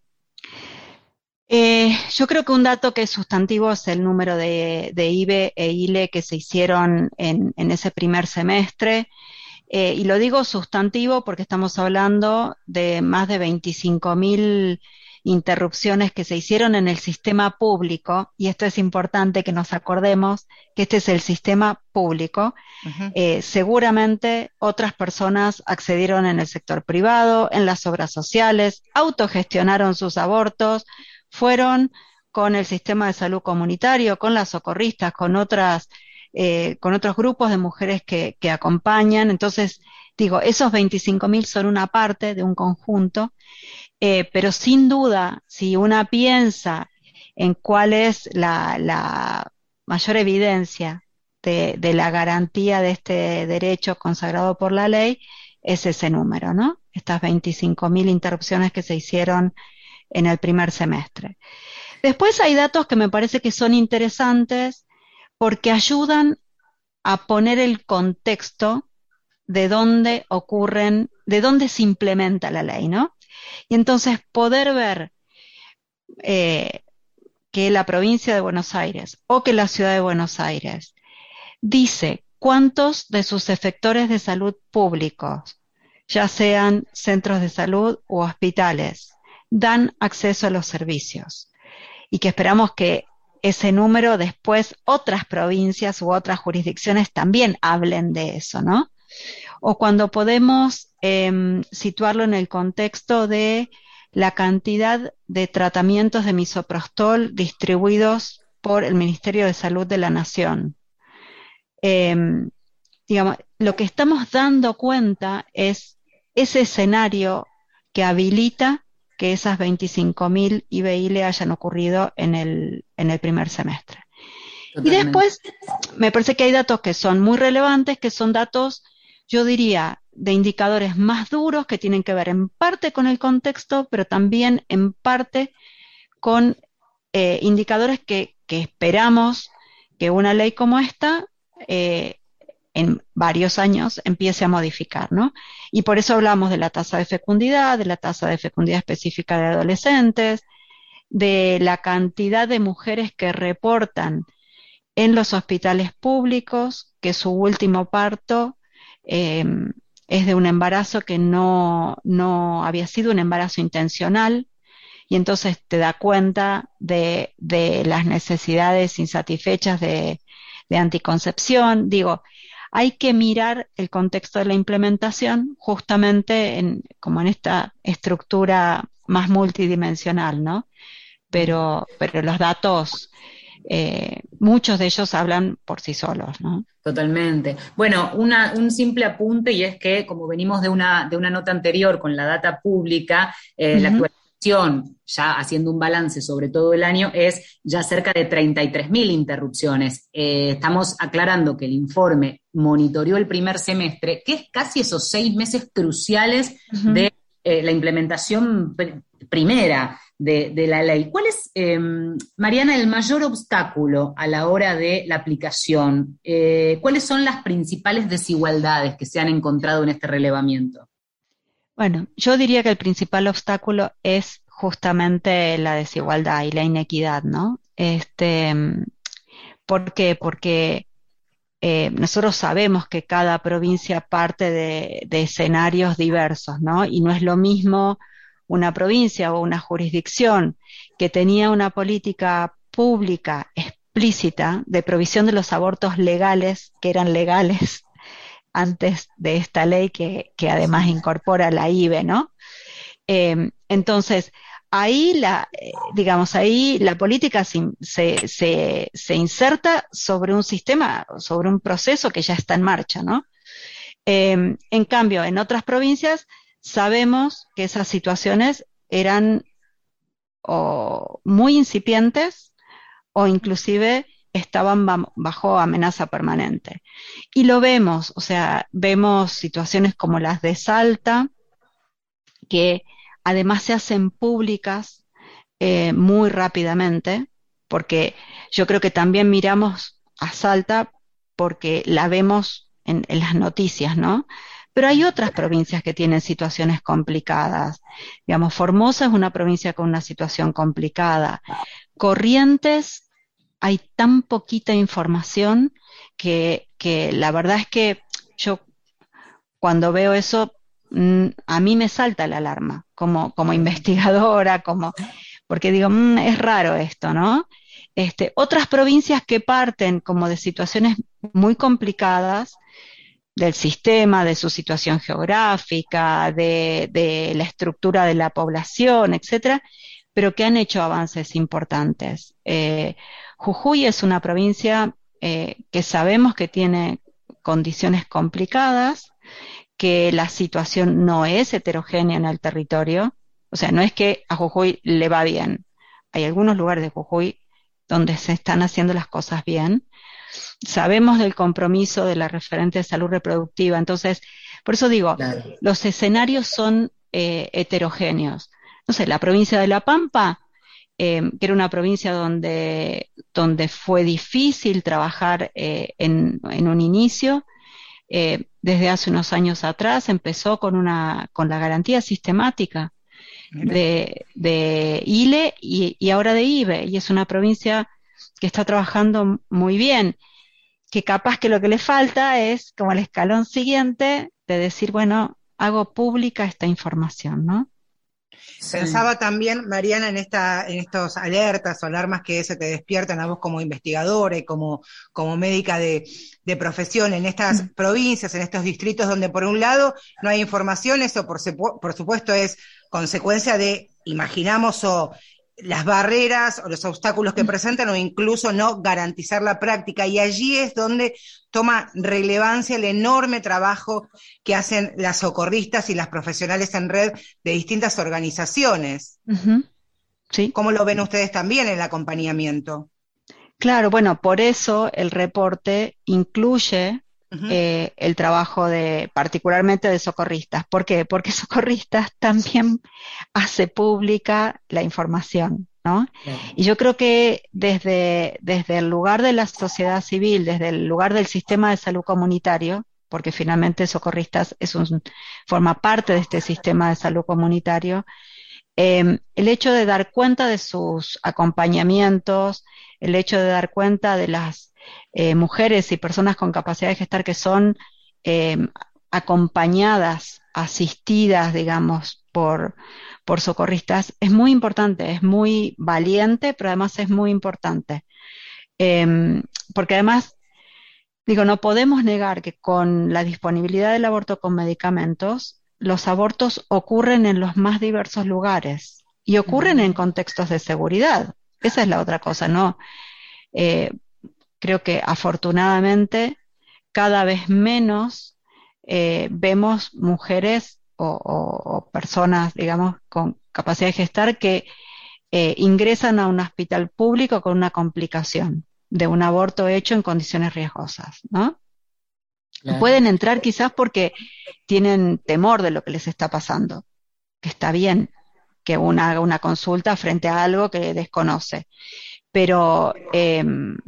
S8: Eh, yo creo que un dato que es sustantivo es el número de, de I B E e I L E que se hicieron en, en ese primer semestre, eh, y lo digo sustantivo porque estamos hablando de más de veinticinco mil interrupciones que se hicieron en el sistema público, y esto es importante que nos acordemos que este es el sistema público. Uh-huh. Eh, seguramente otras personas accedieron en el sector privado, en las obras sociales, autogestionaron sus abortos, fueron con el sistema de salud comunitario, con las socorristas, con otras, eh, con otros grupos de mujeres que, que acompañan. Entonces, digo, esos veinticinco mil son una parte de un conjunto, eh, pero sin duda, si una piensa en cuál es la, la mayor evidencia de, de la garantía de este derecho consagrado por la ley, es ese número, ¿no? Estas veinticinco mil interrupciones que se hicieron en el primer semestre. Después hay datos que me parece que son interesantes porque ayudan a poner el contexto de dónde ocurren, de dónde se implementa la ley, ¿no? Y entonces poder ver eh, que la provincia de Buenos Aires o que la ciudad de Buenos Aires dice cuántos de sus efectores de salud públicos, ya sean centros de salud u hospitales, dan acceso a los servicios, y que esperamos que ese número después otras provincias u otras jurisdicciones también hablen de eso, ¿no? O cuando podemos eh, situarlo en el contexto de la cantidad de tratamientos de misoprostol distribuidos por el Ministerio de Salud de la Nación. Eh, digamos, lo que estamos dando cuenta es ese escenario que habilita que esas veinticinco mil I B E I L E hayan ocurrido en el, en el primer semestre. Totalmente. Y después, me parece que hay datos que son muy relevantes, que son datos, yo diría, de indicadores más duros, que tienen que ver en parte con el contexto, pero también en parte con eh, indicadores que, que esperamos que una ley como esta eh, en varios años empiece a modificar, ¿no? Y por eso hablamos de la tasa de fecundidad, de la tasa de fecundidad específica de adolescentes, de la cantidad de mujeres que reportan en los hospitales públicos que su último parto eh, es de un embarazo que no, no había sido un embarazo intencional, y entonces te da cuenta de, de las necesidades insatisfechas de, de anticoncepción. Digo, hay que mirar el contexto de la implementación justamente en, como en esta estructura más multidimensional, ¿no? Pero, pero los datos, eh, muchos de ellos hablan por sí solos, ¿no?
S2: Totalmente. Bueno, una, un simple apunte, y es que, como venimos de una, de una nota anterior con la data pública, eh, uh-huh. la actualización, ya haciendo un balance sobre todo el año, es ya cerca de treinta y tres mil interrupciones. Eh, estamos aclarando que el informe monitoreó el primer semestre, que es casi esos seis meses cruciales uh-huh. de eh, la implementación pr- primera de, de la ley. ¿Cuál es, eh, Mariana, el mayor obstáculo a la hora de la aplicación? Eh, ¿Cuáles son las principales desigualdades que se han encontrado en este relevamiento?
S8: Bueno, yo diría que el principal obstáculo es justamente la desigualdad y la inequidad, ¿no? Este, ¿por qué? Porque eh, nosotros sabemos que cada provincia parte de, de escenarios diversos, ¿no? Y no es lo mismo una provincia o una jurisdicción que tenía una política pública explícita de provisión de los abortos legales, que eran legales antes de esta ley que, que además incorpora la I V E, ¿no? Eh, entonces, ahí la, eh, digamos, ahí la política se, se, se, se inserta sobre un sistema, sobre un proceso que ya está en marcha, ¿no? Eh, en cambio, en otras provincias sabemos que esas situaciones eran o muy incipientes o inclusive estaban bajo amenaza permanente. Y lo vemos, o sea, vemos situaciones como las de Salta, que además se hacen públicas eh, muy rápidamente, porque yo creo que también miramos a Salta porque la vemos en, en las noticias, ¿no? Pero hay otras provincias que tienen situaciones complicadas. Digamos, Formosa es una provincia con una situación complicada. Corrientes, hay tan poquita información que, que la verdad es que yo cuando veo eso, mmm, a mí me salta la alarma, como, como investigadora, como, porque digo, mmm, es raro esto, ¿no? Este, otras provincias que parten como de situaciones muy complicadas, del sistema, de su situación geográfica, de, de la estructura de la población, etcétera, pero que han hecho avances importantes. Eh, Jujuy es una provincia eh, que sabemos que tiene condiciones complicadas, que la situación no es heterogénea en el territorio, o sea, no es que a Jujuy le va bien. Hay algunos lugares de Jujuy donde se están haciendo las cosas bien. Sabemos del compromiso de la referente de salud reproductiva, entonces, por eso digo, claro, los escenarios son eh, heterogéneos. No sé, la provincia de La Pampa, eh, que era una provincia donde, donde fue difícil trabajar eh, en, en un inicio, eh, desde hace unos años atrás empezó con, una, con la garantía sistemática de, de I L E y, y ahora de I V E, y es una provincia que está trabajando muy bien, que capaz que lo que le falta es como el escalón siguiente de decir, bueno, hago pública esta información, ¿no?
S1: Pensaba también, Mariana, en esta, en estos alertas o alarmas que se te despiertan a vos como investigadora y como, como médica de, de profesión en estas mm. provincias, en estos distritos donde por un lado no hay información, eso por, por supuesto es consecuencia de, imaginamos, o las barreras o los obstáculos que presentan o incluso no garantizar la práctica, y allí es donde toma relevancia el enorme trabajo que hacen las socorristas y las profesionales en red de distintas organizaciones.
S8: Uh-huh. Sí.
S1: ¿Cómo lo ven ustedes también en el acompañamiento?
S8: Claro, bueno, por eso el reporte incluye Uh-huh. Eh, el trabajo de, particularmente de socorristas. ¿Por qué? Porque socorristas también hace pública la información, ¿no?
S1: Claro.
S8: Y yo creo que desde, desde el lugar de la sociedad civil, desde el lugar del sistema de salud comunitario, porque finalmente Socorristas es un, forma parte de este sistema de salud comunitario, eh, el hecho de dar cuenta de sus acompañamientos, el hecho de dar cuenta de las eh, mujeres y personas con capacidad de gestar que son eh, acompañadas, asistidas, digamos, por, por socorristas, es muy importante, es muy valiente, pero además es muy importante. Eh, porque además, digo, no podemos negar que con la disponibilidad del aborto con medicamentos, los abortos ocurren en los más diversos lugares y ocurren en contextos de seguridad. Esa es la otra cosa, ¿no? Eh, creo que afortunadamente cada vez menos eh, vemos mujeres o, o, o personas, digamos, con capacidad de gestar que eh, ingresan a un hospital público con una complicación de un aborto hecho en condiciones riesgosas, ¿no? Claro. Pueden entrar quizás porque tienen temor de lo que les está pasando, que está bien que una haga una consulta frente a algo que desconoce, pero, eh,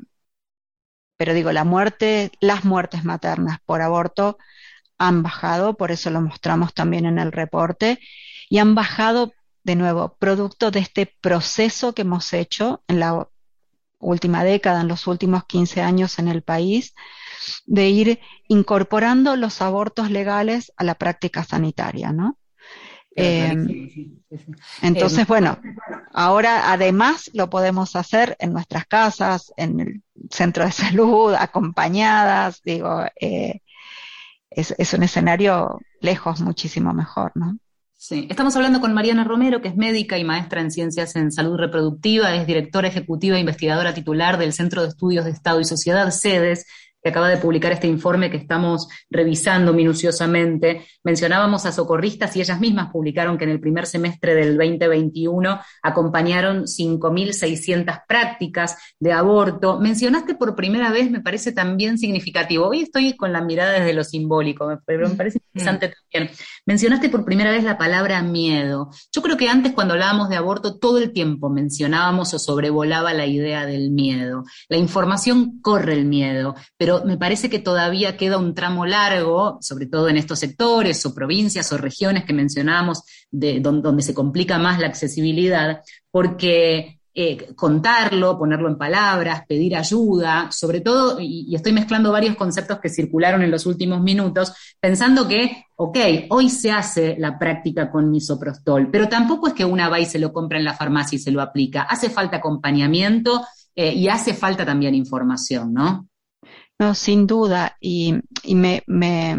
S8: pero digo, la muerte, las muertes maternas por aborto han bajado, por eso lo mostramos también en el reporte, y han bajado de nuevo, producto de este proceso que hemos hecho en la última década, en los últimos quince años en el país, de ir incorporando los abortos legales a la práctica sanitaria, ¿no? Eh, entonces, bueno, ahora además lo podemos hacer en nuestras casas, en el centro de salud, acompañadas, digo, eh, es, es un escenario lejos muchísimo mejor, ¿no?
S2: Sí, estamos hablando con Mariana Romero, que es médica y maestra en Ciencias en Salud Reproductiva, es directora ejecutiva e investigadora titular del Centro de Estudios de Estado y Sociedad, CEDES, que acaba de publicar este informe que estamos revisando minuciosamente. Mencionábamos a socorristas y ellas mismas publicaron que en el primer semestre del veinte veintiuno acompañaron cinco mil seiscientas prácticas de aborto. Mencionaste por primera vez, me parece también significativo, hoy estoy con la mirada desde lo simbólico, pero me parece interesante mm. también. Mencionaste por primera vez la palabra miedo. Yo creo que antes cuando hablábamos de aborto todo el tiempo mencionábamos o sobrevolaba la idea del miedo. La información corre el miedo, pero Pero me parece que todavía queda un tramo largo, sobre todo en estos sectores o provincias o regiones que mencionábamos, de, donde, donde se complica más la accesibilidad, porque eh, contarlo, ponerlo en palabras, pedir ayuda, sobre todo, y, y estoy mezclando varios conceptos que circularon en los últimos minutos, pensando que, ok, hoy se hace la práctica con misoprostol, pero tampoco es que una va y se lo compra en la farmacia y se lo aplica, hace falta acompañamiento eh, y hace falta también información, ¿no?
S8: No, sin duda, y, y me, me,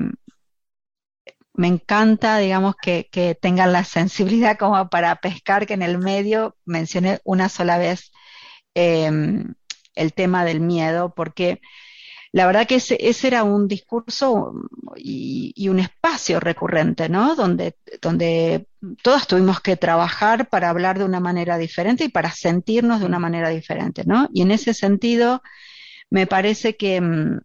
S8: me encanta, digamos, que, que tengan la sensibilidad como para pescar, que en el medio mencioné una sola vez eh, el tema del miedo, porque la verdad que ese, ese era un discurso y, y un espacio recurrente, ¿no? Donde, donde todos tuvimos que trabajar para hablar de una manera diferente y para sentirnos de una manera diferente, ¿no? Y en ese sentido, me parece que,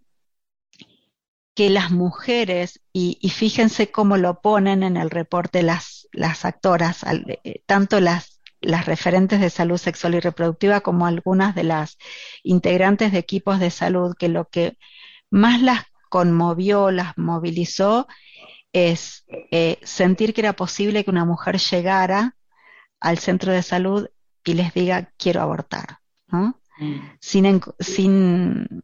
S8: que las mujeres, y, y fíjense cómo lo ponen en el reporte las, las actoras, tanto las, las referentes de salud sexual y reproductiva como algunas de las integrantes de equipos de salud, que lo que más las conmovió, las movilizó, es eh, sentir que era posible que una mujer llegara al centro de salud y les diga, quiero abortar, ¿no? Sin, sin,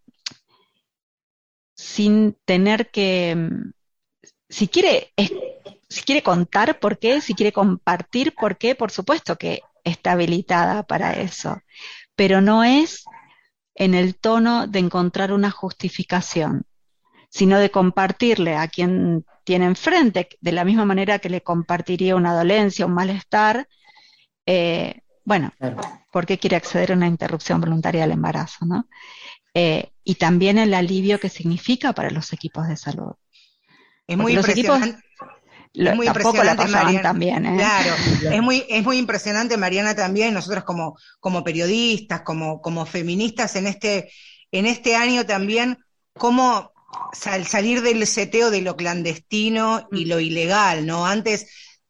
S8: sin tener que, si quiere, si quiere contar por qué, si quiere compartir por qué, por supuesto que está habilitada para eso, pero no es en el tono de encontrar una justificación, sino de compartirle a quien tiene enfrente, de la misma manera que le compartiría una dolencia, un malestar, eh, bueno, claro. ¿Por qué quiere acceder a una interrupción voluntaria del embarazo, ¿no? Eh, y también el alivio que significa para los equipos de salud.
S1: Es muy los impresionante. Equipos,
S8: lo,
S1: es muy
S8: tampoco la pasaban
S1: Mariana,
S8: también, ¿eh?
S1: Claro, es muy, es muy impresionante, Mariana, también, nosotros como, como periodistas, como, como feministas en este, en este año también, cómo sal, salir del seteo de lo clandestino y lo ilegal, ¿no? Antes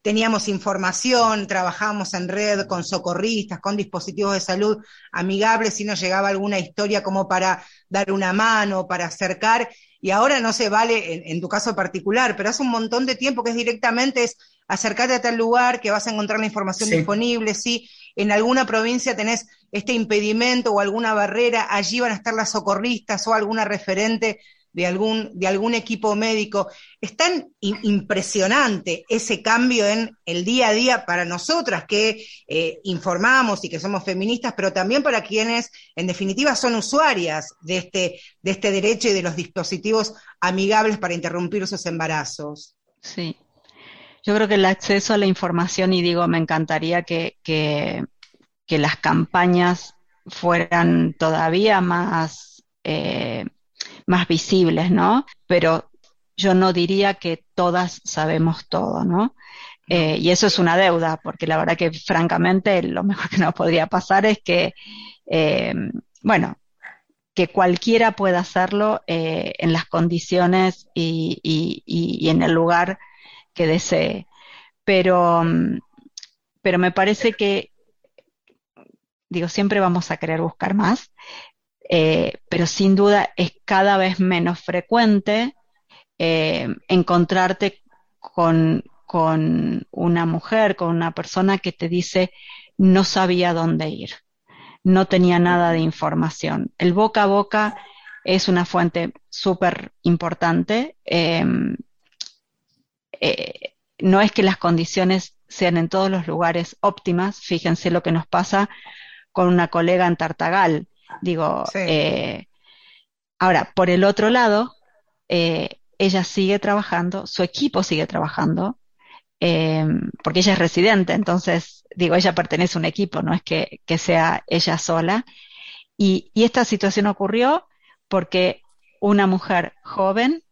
S1: teníamos información, trabajábamos en red con socorristas, con dispositivos de salud amigables, si nos llegaba alguna historia como para dar una mano, para acercar, y ahora no se vale, en, en tu caso particular, pero hace un montón de tiempo que es directamente, es acercarte a tal lugar, que vas a encontrar la información sí. disponible, sí, en alguna provincia tenés este impedimento o alguna barrera, allí van a estar las socorristas o alguna referente de algún, de algún equipo médico. Es tan in- impresionante ese cambio en el día a día para nosotras que eh, informamos y que somos feministas, pero también para quienes en definitiva son usuarias de este, de este derecho y de los dispositivos amigables para interrumpir sus embarazos.
S8: Sí, yo creo que el acceso a la información, y digo, me encantaría que, que, que las campañas fueran todavía más... Eh, más visibles, ¿no? Pero yo no diría que todas sabemos todo, ¿no? Eh, y eso es una deuda, porque la verdad que francamente lo mejor que nos podría pasar es que, eh, bueno, que cualquiera pueda hacerlo eh, en las condiciones y, y, y, y en el lugar que desee. Pero, pero me parece que, digo, siempre vamos a querer buscar más. Eh, pero sin duda es cada vez menos frecuente eh, encontrarte con, con una mujer, con una persona que te dice no sabía dónde ir, no tenía nada de información. El boca a boca es una fuente súper importante. Eh, eh, no es que las condiciones sean en todos los lugares óptimas. Fíjense lo que nos pasa con una colega en Tartagal. Digo, sí. eh, ahora, por el otro lado, eh, ella sigue trabajando, su equipo sigue trabajando, eh, porque ella es residente, entonces, digo, ella pertenece a un equipo, no es que, que sea ella sola. Y, y esta situación ocurrió porque una mujer joven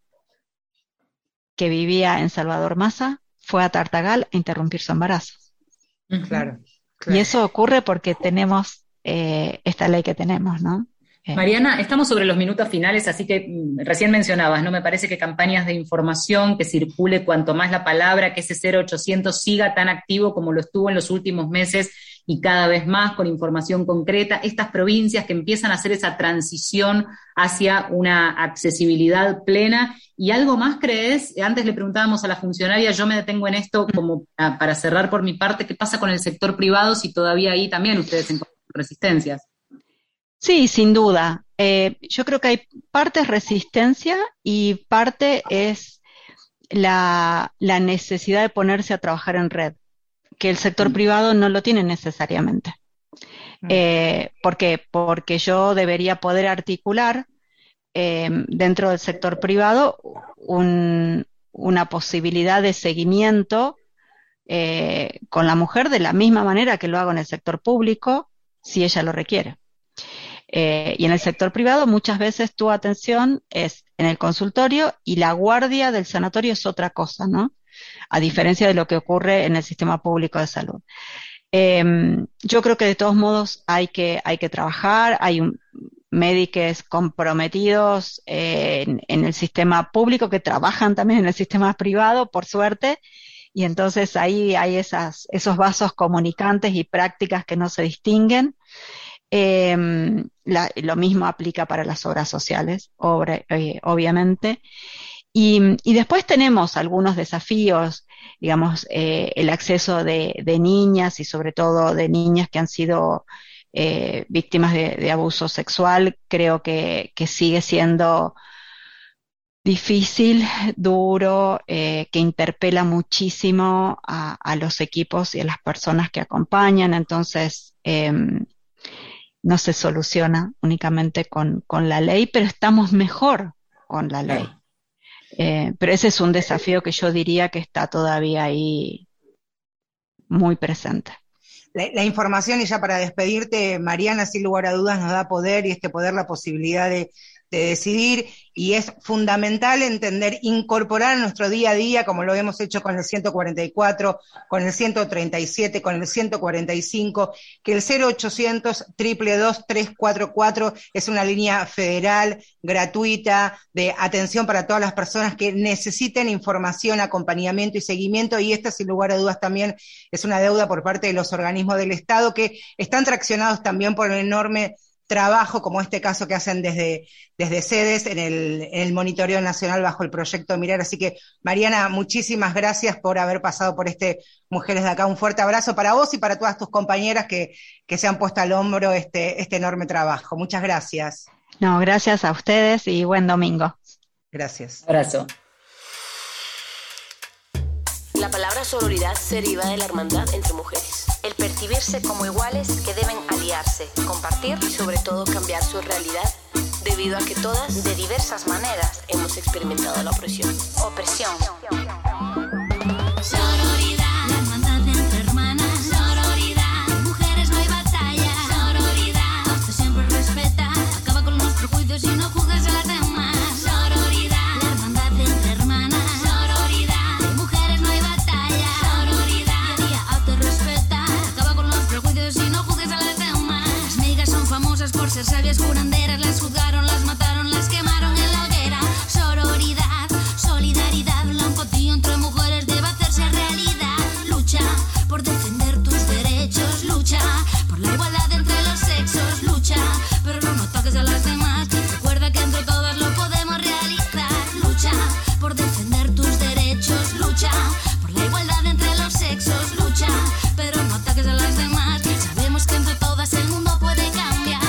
S8: que vivía en Salvador Massa fue a Tartagal a interrumpir su embarazo.
S1: Claro, claro.
S8: Y eso ocurre porque tenemos eh, esta ley que tenemos, ¿no? Eh.
S2: Mariana, estamos sobre los minutos finales, así que mm, recién mencionabas, ¿no? Me parece que campañas de información, que circule cuanto más la palabra, que ese cero ochocientos siga tan activo como lo estuvo en los últimos meses y cada vez más con información concreta. Estas provincias que empiezan a hacer esa transición hacia una accesibilidad plena. ¿Y algo más crees? Antes le preguntábamos a la funcionaria, yo me detengo en esto como a, para cerrar por mi parte, ¿qué pasa con el sector privado si todavía ahí también ustedes encuentran resistencias?
S8: Sí, sin duda. Eh, yo creo que hay parte es resistencia y parte es la, la necesidad de ponerse a trabajar en red, que el sector mm. privado no lo tiene necesariamente. Mm. Eh, ¿Por qué? Porque yo debería poder articular eh, dentro del sector privado un, una posibilidad de seguimiento eh, con la mujer de la misma manera que lo hago en el sector público, si ella lo requiere. Eh, y en el sector privado muchas veces tu atención es en el consultorio y la guardia del sanatorio es otra cosa, ¿no? A diferencia de lo que ocurre en el sistema público de salud. Eh, yo creo que de todos modos hay que, hay que trabajar, hay un, médicos comprometidos eh, en, en el sistema público que trabajan también en el sistema privado, por suerte, y entonces ahí hay esas, esos vasos comunicantes y prácticas que no se distinguen. Eh, la, lo mismo aplica para las obras sociales, obra, eh, obviamente. Y, y después tenemos algunos desafíos, digamos, eh, el acceso de, de niñas y sobre todo de niñas que han sido eh, víctimas de, de abuso sexual, creo que, que sigue siendo difícil, duro, eh, que interpela muchísimo a, a los equipos y a las personas que acompañan. Entonces, eh, no se soluciona únicamente con, con la ley, pero estamos mejor con la ley. Eh, pero ese es un desafío que yo diría que está todavía ahí muy presente.
S1: La, la información, y ya para despedirte, Mariana, sin lugar a dudas nos da poder, y este poder la posibilidad de, de decidir, y es fundamental entender, incorporar en nuestro día a día, como lo hemos hecho con el ciento cuarenta y cuatro, con el ciento treinta y siete, con el ciento cuarenta y cinco, que el cero ochocientos, dos dos dos, tres cuatro cuatro es una línea federal, gratuita, de atención para todas las personas que necesiten información, acompañamiento y seguimiento, y esta sin lugar a dudas también es una deuda por parte de los organismos del Estado que están traccionados también por el enorme trabajo, como este caso que hacen desde, desde sedes en el, en el monitoreo nacional bajo el proyecto Mirar. Así que, Mariana, muchísimas gracias por haber pasado por este Mujeres de Acá. Un fuerte abrazo para vos y para todas tus compañeras que, que se han puesto al hombro este, este enorme trabajo. Muchas gracias.
S8: No, gracias a ustedes y buen domingo.
S1: Gracias.
S2: Abrazo.
S9: La palabra sororidad se deriva de la hermandad entre mujeres. El percibirse como iguales que deben aliarse, compartir y sobre todo cambiar su realidad, debido a que todas, de diversas maneras, hemos experimentado la opresión. Opresión.
S10: Sororidad, la hermandad entre hermanas. Sororidad, mujeres no hay batalla. Sororidad, hasta siempre respeta, acaba con los prejuicios y no juzgues a las demás. Sororidad, la hermandad entre hermanas. Sororidad, mujeres no hay batalla. Sororidad, día auto respeta, acaba con los prejuicios y no juzgues a las demás. Las migas son famosas por ser sabias curanderas, las juzgaron, las mataron, las quemaron en la hoguera. Sororidad, solidaridad, la empatía entre mujeres debe hacerse realidad. Lucha por defender tus derechos, lucha por la igualdad entre los sexos, lucha, pero no toques a las demás. Recuerda que entre todas lo podemos realizar. Lucha por defender tus derechos, lucha por la igualdad entre los sexos, lucha, pero no ataques a las demás. Sabemos que entre todas el mundo puede cambiar.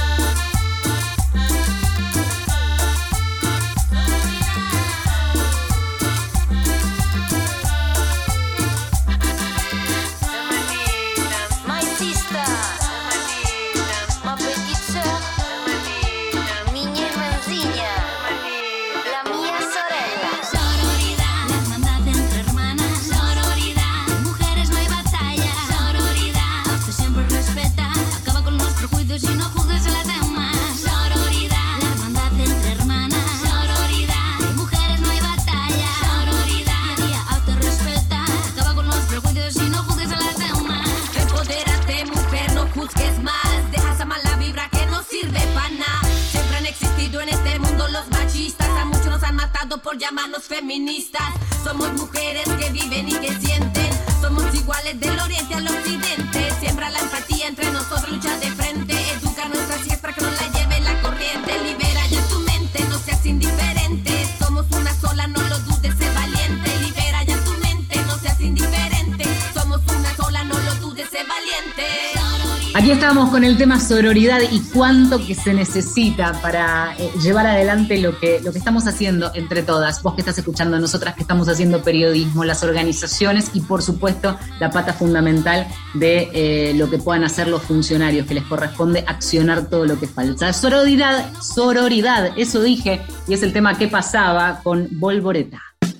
S9: My sister, my petite mi hermancilla, la mía sorella.
S10: Sororidad, la hermandad entre hermanas. Sororidad, mujeres no hay batalla. Sororidad, hasta siempre respeta, acaba con los prejuicios y no juzgues a las demás. Sororidad, la hermandad entre hermanas. Sororidad, mujeres no hay batalla. Sororidad, día auto respeta, acaba con los prejuicios y no juzgues a las demás.
S11: Empodérate, mujer, no juzgues más. Deja esa mala vibra que no sirve para nada. Siempre han existido en este mundo los machistas. A muchos nos han matado por llamarnos feministas. Somos mujeres que viven y que sienten. Somos iguales del oriente al occidente. Siembra la empatía entre nosotros, lucha de frente. Educa a nuestras hijas para que no la lleve la corriente. Libera ya tu mente, no seas indiferente. Somos una sola, no lo dudes, sé valiente. Libera ya tu mente, no seas indiferente. Somos una sola, no lo dudes, sé valiente.
S2: Aquí estamos con el tema sororidad y cuánto que se necesita para eh, llevar adelante lo que, lo que estamos haciendo entre todas. Vos que estás escuchando, nosotras que estamos haciendo periodismo, las organizaciones y por supuesto la pata fundamental de eh, lo que puedan hacer los funcionarios, que les corresponde accionar todo lo que falta. Sororidad, sororidad, eso dije, y es el tema que pasaba con Volvoreta.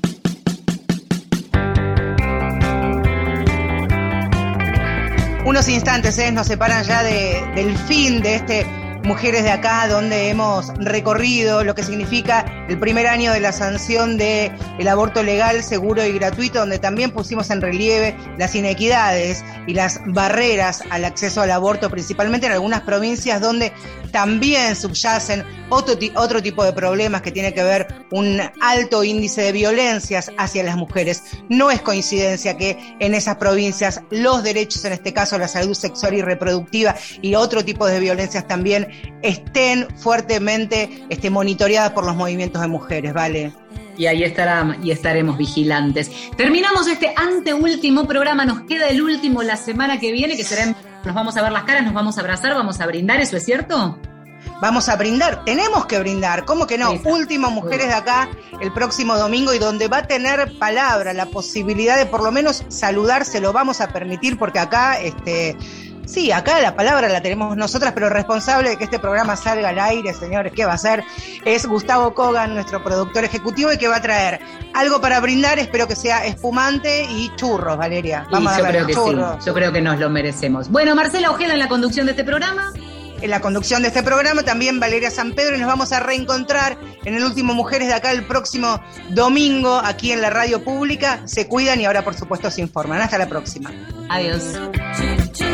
S1: Unos instantes ¿eh? nos separan ya de, del fin de este Mujeres de Acá, donde hemos recorrido lo que significa el primer año de la sanción del aborto legal, seguro y gratuito, donde también pusimos en relieve las inequidades y las barreras al acceso al aborto, principalmente en algunas provincias donde también subyacen otro, otro tipo de problemas que tiene que ver un alto índice de violencias hacia las mujeres. No es coincidencia que en esas provincias los derechos, en este caso la salud sexual y reproductiva y otro tipo de violencias también, estén fuertemente este, monitoreadas por los movimientos de mujeres, ¿vale?
S2: Y ahí estará, y estaremos vigilantes. Terminamos este anteúltimo programa, nos queda el último la semana que viene, que será en... Nos vamos a ver las caras, nos vamos a abrazar, vamos a brindar, ¿eso es cierto?
S1: Vamos a brindar, tenemos que brindar, ¿cómo que no?
S2: Sí,
S1: Último Mujeres de Acá el próximo domingo, y donde va a tener palabra, la posibilidad de por lo menos saludar, se lo vamos a permitir, porque acá, este, sí, acá la palabra la tenemos nosotras, pero el responsable de que este programa salga al aire, señores, ¿qué va a hacer? Es Gustavo Kogan, nuestro productor ejecutivo, y que va a traer algo para brindar, espero que sea espumante y churros, Valeria. Vamos
S2: y
S1: a
S2: yo
S1: ver
S2: creo que
S1: churros.
S2: sí, yo creo que nos lo merecemos. Bueno, Marcela Ojeda en la conducción de este programa.
S1: en la conducción de este programa, también Valeria San Pedro, y nos vamos a reencontrar en el último Mujeres de Acá el próximo domingo, aquí en la radio pública. Se cuidan y ahora, por supuesto, se informan. Hasta la próxima.
S2: Adiós.